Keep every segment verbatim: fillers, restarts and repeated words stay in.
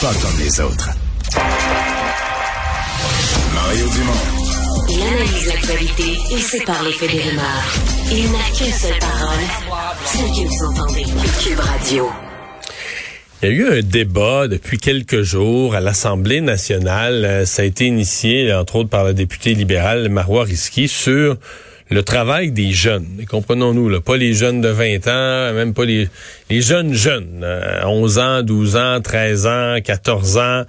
pas comme les autres. Mario Dumont. Il analyse l'actualité et sépare les faits des rumeurs. Il n'a qu'une seule parole, celle que vous entendez. Cube Radio. Il y a eu un débat depuis quelques jours à l'Assemblée nationale. Ça a été initié, entre autres, par la députée libérale Marois Risky sur le travail des jeunes. Et comprenons-nous, là, pas les jeunes de vingt ans, même pas les, les jeunes jeunes, euh, onze ans, douze ans, treize ans, quatorze ans,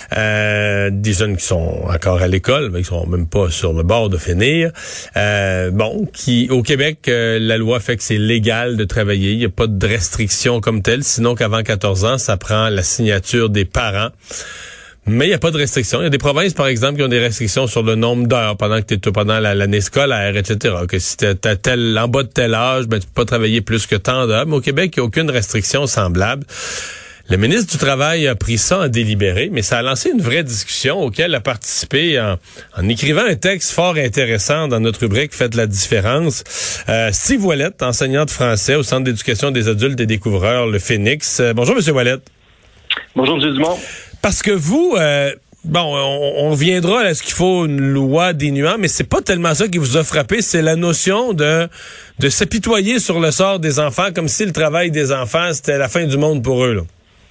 euh, des jeunes qui sont encore à l'école, mais qui sont même pas sur le bord de finir. Euh, bon, qui au Québec, euh, la loi fait que c'est légal de travailler. Il n'y a pas de restriction comme telle, sinon qu'avant quatorze ans, ça prend la signature des parents. Mais il n'y a pas de restrictions. Il y a des provinces, par exemple, qui ont des restrictions sur le nombre d'heures pendant que tu es pendant la, l'année scolaire, et cetera. Que si tu es tel, en bas de tel âge, ben, tu peux pas travailler plus que tant d'heures. Mais au Québec, il n'y a aucune restriction semblable. Le ministre du Travail a pris ça en délibéré, mais ça a lancé une vraie discussion auquel a participé en, en écrivant un texte fort intéressant dans notre rubrique Faites la différence. Euh, Steve Ouellette, enseignant de français au Centre d'éducation des adultes et découvreurs, le Phénix. Euh, bonjour, M. Ouellette. Bonjour, M. Dumont. Parce que vous, euh, bon, on, on reviendra à ce qu'il faut une loi des nuances, mais c'est pas tellement ça qui vous a frappé, c'est la notion de de s'apitoyer sur le sort des enfants, comme si le travail des enfants, c'était la fin du monde pour eux, là.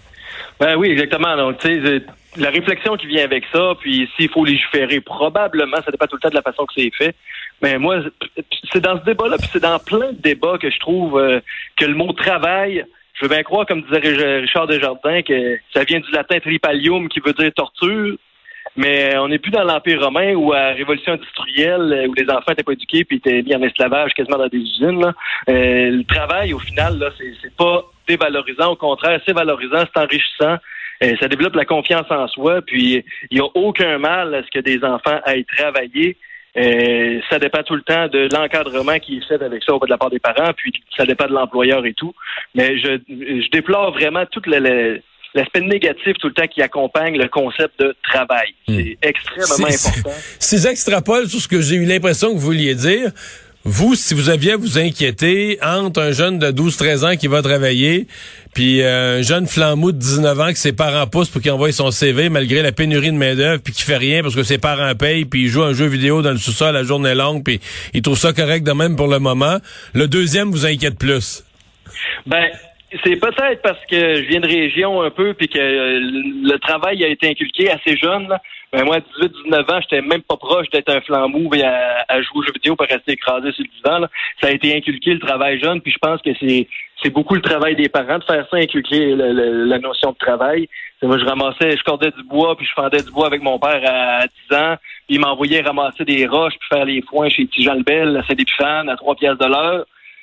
Ben oui, exactement. Donc, tu sais, la réflexion qui vient avec ça, puis s'il faut légiférer, probablement, ça dépend tout le temps de la façon que c'est fait. Mais moi, c'est dans ce débat-là, puis c'est dans plein de débats que je trouve euh, que le mot travail, je veux bien croire, comme disait Richard Desjardins, que ça vient du latin tripalium, qui veut dire torture, mais on n'est plus dans l'Empire romain ou à la Révolution industrielle, où les enfants n'étaient pas éduqués puis étaient mis en esclavage quasiment dans des usines. Là. Euh, le travail, au final, là, c'est, c'est pas dévalorisant. Au contraire, c'est valorisant, c'est enrichissant. Euh, ça développe la confiance en soi, puis il n'y a aucun mal à ce que des enfants aillent travailler. Euh, ça dépend tout le temps de l'encadrement qui est fait avec ça de la part des parents, puis ça dépend de l'employeur et tout. Mais je, je déplore vraiment tout le, le, l'aspect négatif tout le temps qui accompagne le concept de travail. C'est mmh. extrêmement c'est, important. Si j'extrapole sur ce que j'ai eu l'impression que vous vouliez dire, vous, si vous aviez à vous inquiéter entre un jeune de douze treize ans qui va travailler puis euh, un jeune flamou de dix-neuf ans que ses parents poussent pour qu'il envoie son C V malgré la pénurie de main-d'œuvre puis qui fait rien parce que ses parents payent puis il joue un jeu vidéo dans le sous-sol la journée longue puis il trouve ça correct de même pour le moment, le deuxième vous inquiète plus? Ben, c'est peut-être parce que je viens de région un peu puis que euh, le travail a été inculqué assez jeune, là. Ben moi, à dix-huit dix-neuf ans, j'étais même pas proche d'être un flamou et à, à jouer aux jeux vidéo pour rester écrasé sur le divan, là. Ça a été inculqué, le travail jeune, puis je pense que c'est c'est beaucoup le travail des parents de faire ça, inculquer le, le, la notion de travail. Et moi, je ramassais, je cordais du bois, puis je fendais du bois avec mon père à dix ans, puis il m'envoyait ramasser des roches puis faire les foins chez Petit Jean Lebel, à Saint-Épiphane, à trois piastres de l'heure.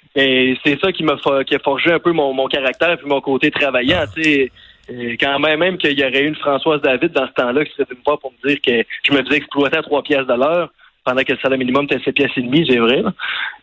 Et c'est ça qui m'a qui a forgé un peu mon, mon caractère puis mon côté travaillant, tu sais. Et quand même, même qu'il y aurait eu une Françoise David dans ce temps-là qui serait venue me voir pour me dire que je me faisais exploiter à trois piastres de l'heure pendant que le salaire minimum était sept piastres et demi, c'est vrai, là.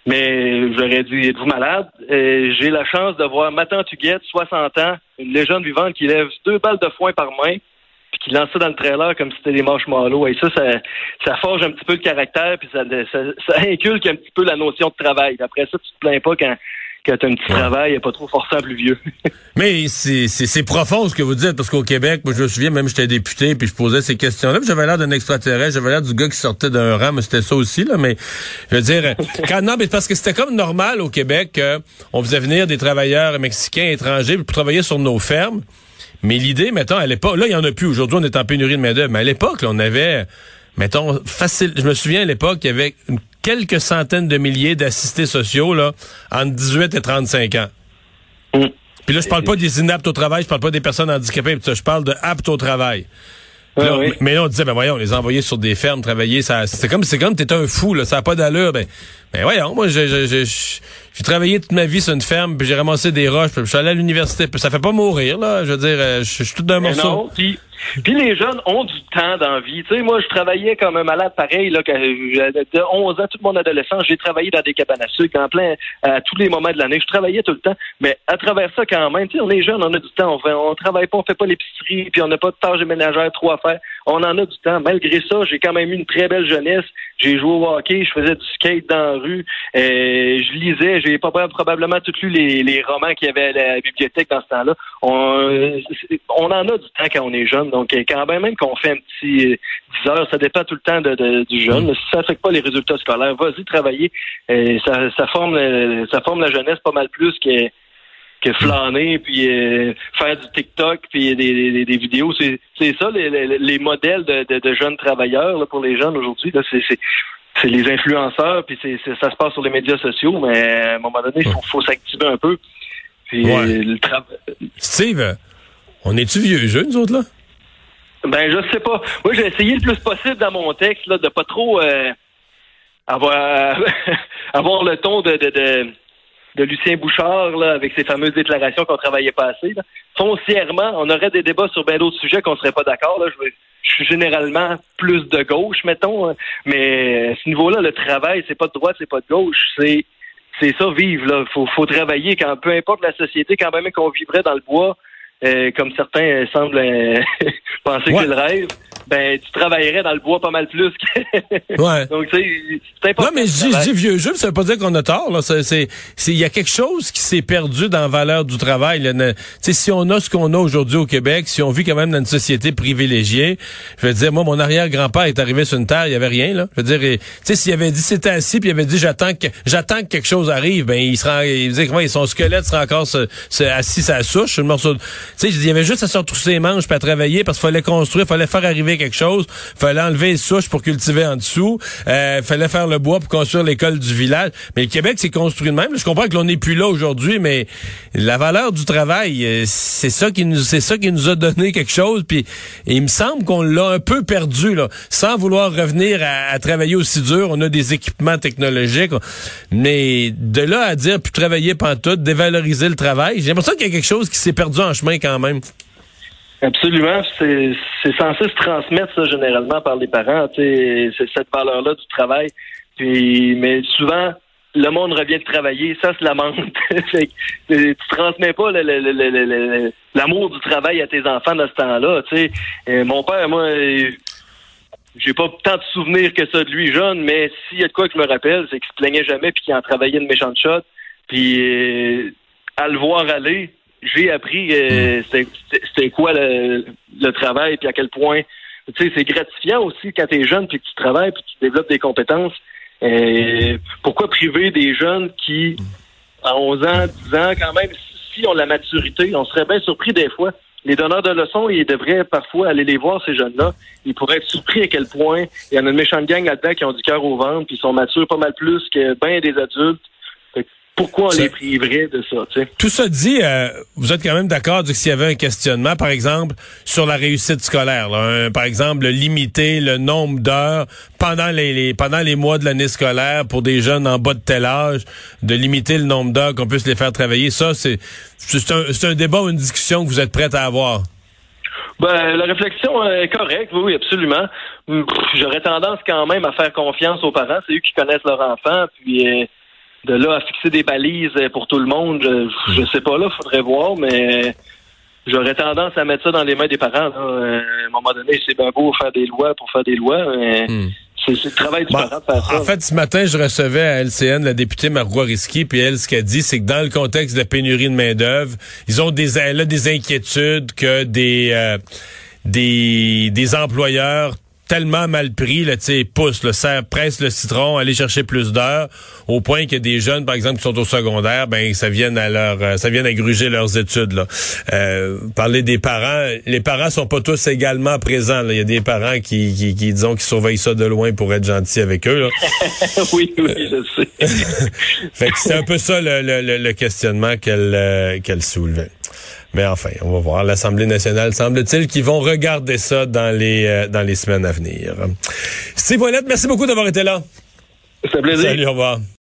Mais j'aurais dit, êtes-vous malade? Et j'ai la chance de voir ma tante Huguette, soixante ans, une légende vivante qui lève deux balles de foin par main puis qui lance ça dans le trailer comme si c'était des marshmallows. Et ça, ça, ça forge un petit peu le caractère puis ça, ça, ça inculque un petit peu la notion de travail. Après ça, tu te plains pas quand quand t'as un petit ouais. travail, pas trop forçant plus vieux. Mais c'est, c'est, c'est profond ce que vous dites, parce qu'au Québec, moi je me souviens, même j'étais député, puis je posais ces questions-là, puis j'avais l'air d'un extraterrestre, j'avais l'air du gars qui sortait d'un rang, mais c'était ça aussi, là, mais je veux dire, quand, non, mais parce que c'était comme normal au Québec qu'on faisait venir des travailleurs mexicains, étrangers, pour travailler sur nos fermes, mais l'idée, mettons, à l'époque, là, il y en a plus, aujourd'hui on est en pénurie de main-d'œuvre, mais à l'époque, là, on avait, mettons, facile, je me souviens à l'époque, il y avait une quelques centaines de milliers d'assistés sociaux là entre dix-huit et trente-cinq ans. Mm. Puis là, je parle pas des inaptes au travail, je parle pas des personnes handicapées, je parle de aptes au travail. Ah, là, oui. Mais là, on disait, ben voyons, on les envoyait sur des fermes travailler, ça, c'est comme, c'est comme t'étais un fou, là, ça a pas d'allure. Ben, ben voyons, moi, j'ai, j'ai, j'ai, j'ai travaillé toute ma vie sur une ferme, puis j'ai ramassé des roches, puis je suis allé à l'université, puis ça fait pas mourir, là. Je veux dire, je, je suis tout d'un morceau. Non, puis Puis les jeunes ont du temps dans la vie. Tu sais, moi, je travaillais comme un malade pareil, là, quand, de onze ans, toute mon adolescence, j'ai travaillé dans des cabanes à sucre, en plein, à tous les moments de l'année. Je travaillais tout le temps. Mais à travers ça, quand même, tu sais, on est jeunes, on a du temps. On fait, on travaille pas, on fait pas l'épicerie, puis on n'a pas de tâches ménagères trop à faire. On en a du temps. Malgré ça, j'ai quand même eu une très belle jeunesse. J'ai joué au hockey, je faisais du skate dans la rue, euh, je lisais, j'ai pas probablement tout lu les, les romans qu'il y avait à la bibliothèque dans ce temps-là. On, on en a du temps quand on est jeune, donc quand même, même qu'on fait un petit dix heures, ça dépend tout le temps de, de, du jeune. Mais si ça affecte pas les résultats scolaires, vas-y travailler. Euh, ça, ça forme ça forme la jeunesse pas mal plus que que flâner, puis euh, faire du TikTok, puis des, des, des vidéos. C'est, c'est ça, les, les, les modèles de, de, de jeunes travailleurs là, pour les jeunes aujourd'hui. Là, c'est, c'est, c'est les influenceurs, puis c'est, c'est, ça se passe sur les médias sociaux, mais à un moment donné, il faut, faut s'activer un peu. Puis, ouais. euh, le tra- Steve, on est-tu vieux jeux, nous autres, là? Ben, je sais pas. Moi, j'ai essayé le plus possible dans mon texte là, de pas trop euh, avoir, avoir le ton de... de, de de Lucien Bouchard, là, avec ses fameuses déclarations qu'on travaillait pas assez. Là. Foncièrement, on aurait des débats sur bien d'autres sujets qu'on serait pas d'accord. Là. Je, je suis généralement plus de gauche, mettons. Hein. Mais à ce niveau-là, le travail, c'est pas de droite, c'est pas de gauche. C'est c'est ça, vivre. Là. Faut, faut travailler quand peu importe la société, quand même qu'on vivrait dans le bois, euh, comme certains euh, semblent euh, penser ouais. que c'est le rêve. Ben, tu travaillerais dans le bois pas mal plus que... Ouais. Donc, tu sais, c'est important. Non, mais je dis, je dis vieux jeu, ça veut pas dire qu'on a tort, là. C'est, c'est, c'est, il y a quelque chose qui s'est perdu dans la valeur du travail, là. Tu sais, si on a ce qu'on a aujourd'hui au Québec, si on vit quand même dans une société privilégiée, je veux dire, moi, mon arrière-grand-père est arrivé sur une terre, il y avait rien, là. Je veux dire, tu sais, s'il avait dit, c'était assis, puis il avait dit, j'attends que, j'attends que quelque chose arrive, ben, il sera, il veut dire, comment, son squelette sera encore se, se, assis sur la souche, sur le morceau de, tu sais, il y avait juste à se retrousser les manches puis à travailler parce qu'il fallait construire, fallait faire arriver quelque chose, fallait enlever les souches pour cultiver en dessous, euh, fallait faire le bois pour construire l'école du village. Mais le Québec s'est construit de même. Je comprends que l'on n'est plus là aujourd'hui, mais la valeur du travail, c'est ça qui nous, c'est ça qui nous a donné quelque chose. Puis il me semble qu'on l'a un peu perdu là, sans vouloir revenir à, à travailler aussi dur. On a des équipements technologiques, mais de là à dire puis travailler pantoute, dévaloriser le travail, j'ai l'impression qu'il y a quelque chose qui s'est perdu en chemin quand même. Absolument. C'est, c'est censé se transmettre, ça, généralement, par les parents. C'est cette valeur-là du travail. Puis, mais souvent, le monde revient de travailler. Ça se lamente. Fait que, tu transmets pas le, le, le, le, le, l'amour du travail à tes enfants dans ce temps-là. T'sais. Et mon père, moi, j'ai pas tant de souvenirs que ça de lui jeune, mais s'il y a de quoi que je me rappelle, c'est qu'il se plaignait jamais puis qu'il en travaillait une méchante shot. Puis, euh, à le voir aller, j'ai appris euh, c'était, c'était quoi le, le travail puis à quel point, tu sais, c'est gratifiant aussi quand t'es jeune puis que tu travailles puis que tu développes des compétences. Euh, pourquoi priver des jeunes qui, à onze ans, dix ans, quand même, si ont la maturité, on serait bien surpris des fois. Les donneurs de leçons, ils devraient parfois aller les voir, ces jeunes-là. Ils pourraient être surpris à quel point il y en a une méchante gang là-dedans qui ont du cœur au ventre puis ils sont matures pas mal plus que bien des adultes. Pourquoi on ça, les priverait de ça, tu sais? Tout ça dit, euh, vous êtes quand même d'accord que s'il y avait un questionnement, par exemple, sur la réussite scolaire, là, un, par exemple, limiter le nombre d'heures pendant les, les pendant les mois de l'année scolaire pour des jeunes en bas de tel âge, de limiter le nombre d'heures qu'on puisse les faire travailler, ça, c'est, c'est, un, c'est un débat ou une discussion que vous êtes prête à avoir? Ben, la réflexion est correcte, oui, oui, absolument. J'aurais tendance quand même à faire confiance aux parents, c'est eux qui connaissent leur enfant, puis... Euh, de là à fixer des balises pour tout le monde, je, je sais pas là, faudrait voir, mais j'aurais tendance à mettre ça dans les mains des parents. Là. À un moment donné, c'est bien beau faire des lois pour faire des lois, mais mm. c'est, c'est le travail du bon, parent de faire ça. En fait, ce matin, je recevais à L C N la députée Marois Risky, puis elle, ce qu'elle dit, c'est que dans le contexte de la pénurie de main-d'œuvre, ils ont des, elle a des inquiétudes que des, euh, des, des employeurs tellement mal pris, là, tu sais, pousse, le serre, presse le citron, aller chercher plus d'heures, au point que des jeunes, par exemple, qui sont au secondaire, ben, ça vienne à leur, euh, ça vienne à gruger leurs études, là. Euh, parler des parents, les parents sont pas tous également présents, là. Il y a des parents qui, qui, qui, disons, qui surveillent ça de loin pour être gentils avec eux, là. oui, oui, je sais. Fait que c'est un peu ça, le, le, le questionnement qu'elle, euh, qu'elle soulevait. Mais enfin, on va voir. L'Assemblée nationale, semble-t-il, qu'ils vont regarder ça dans les euh, dans les semaines à venir. Steve Ouellette, merci beaucoup d'avoir été là. C'est un plaisir. Salut, au revoir.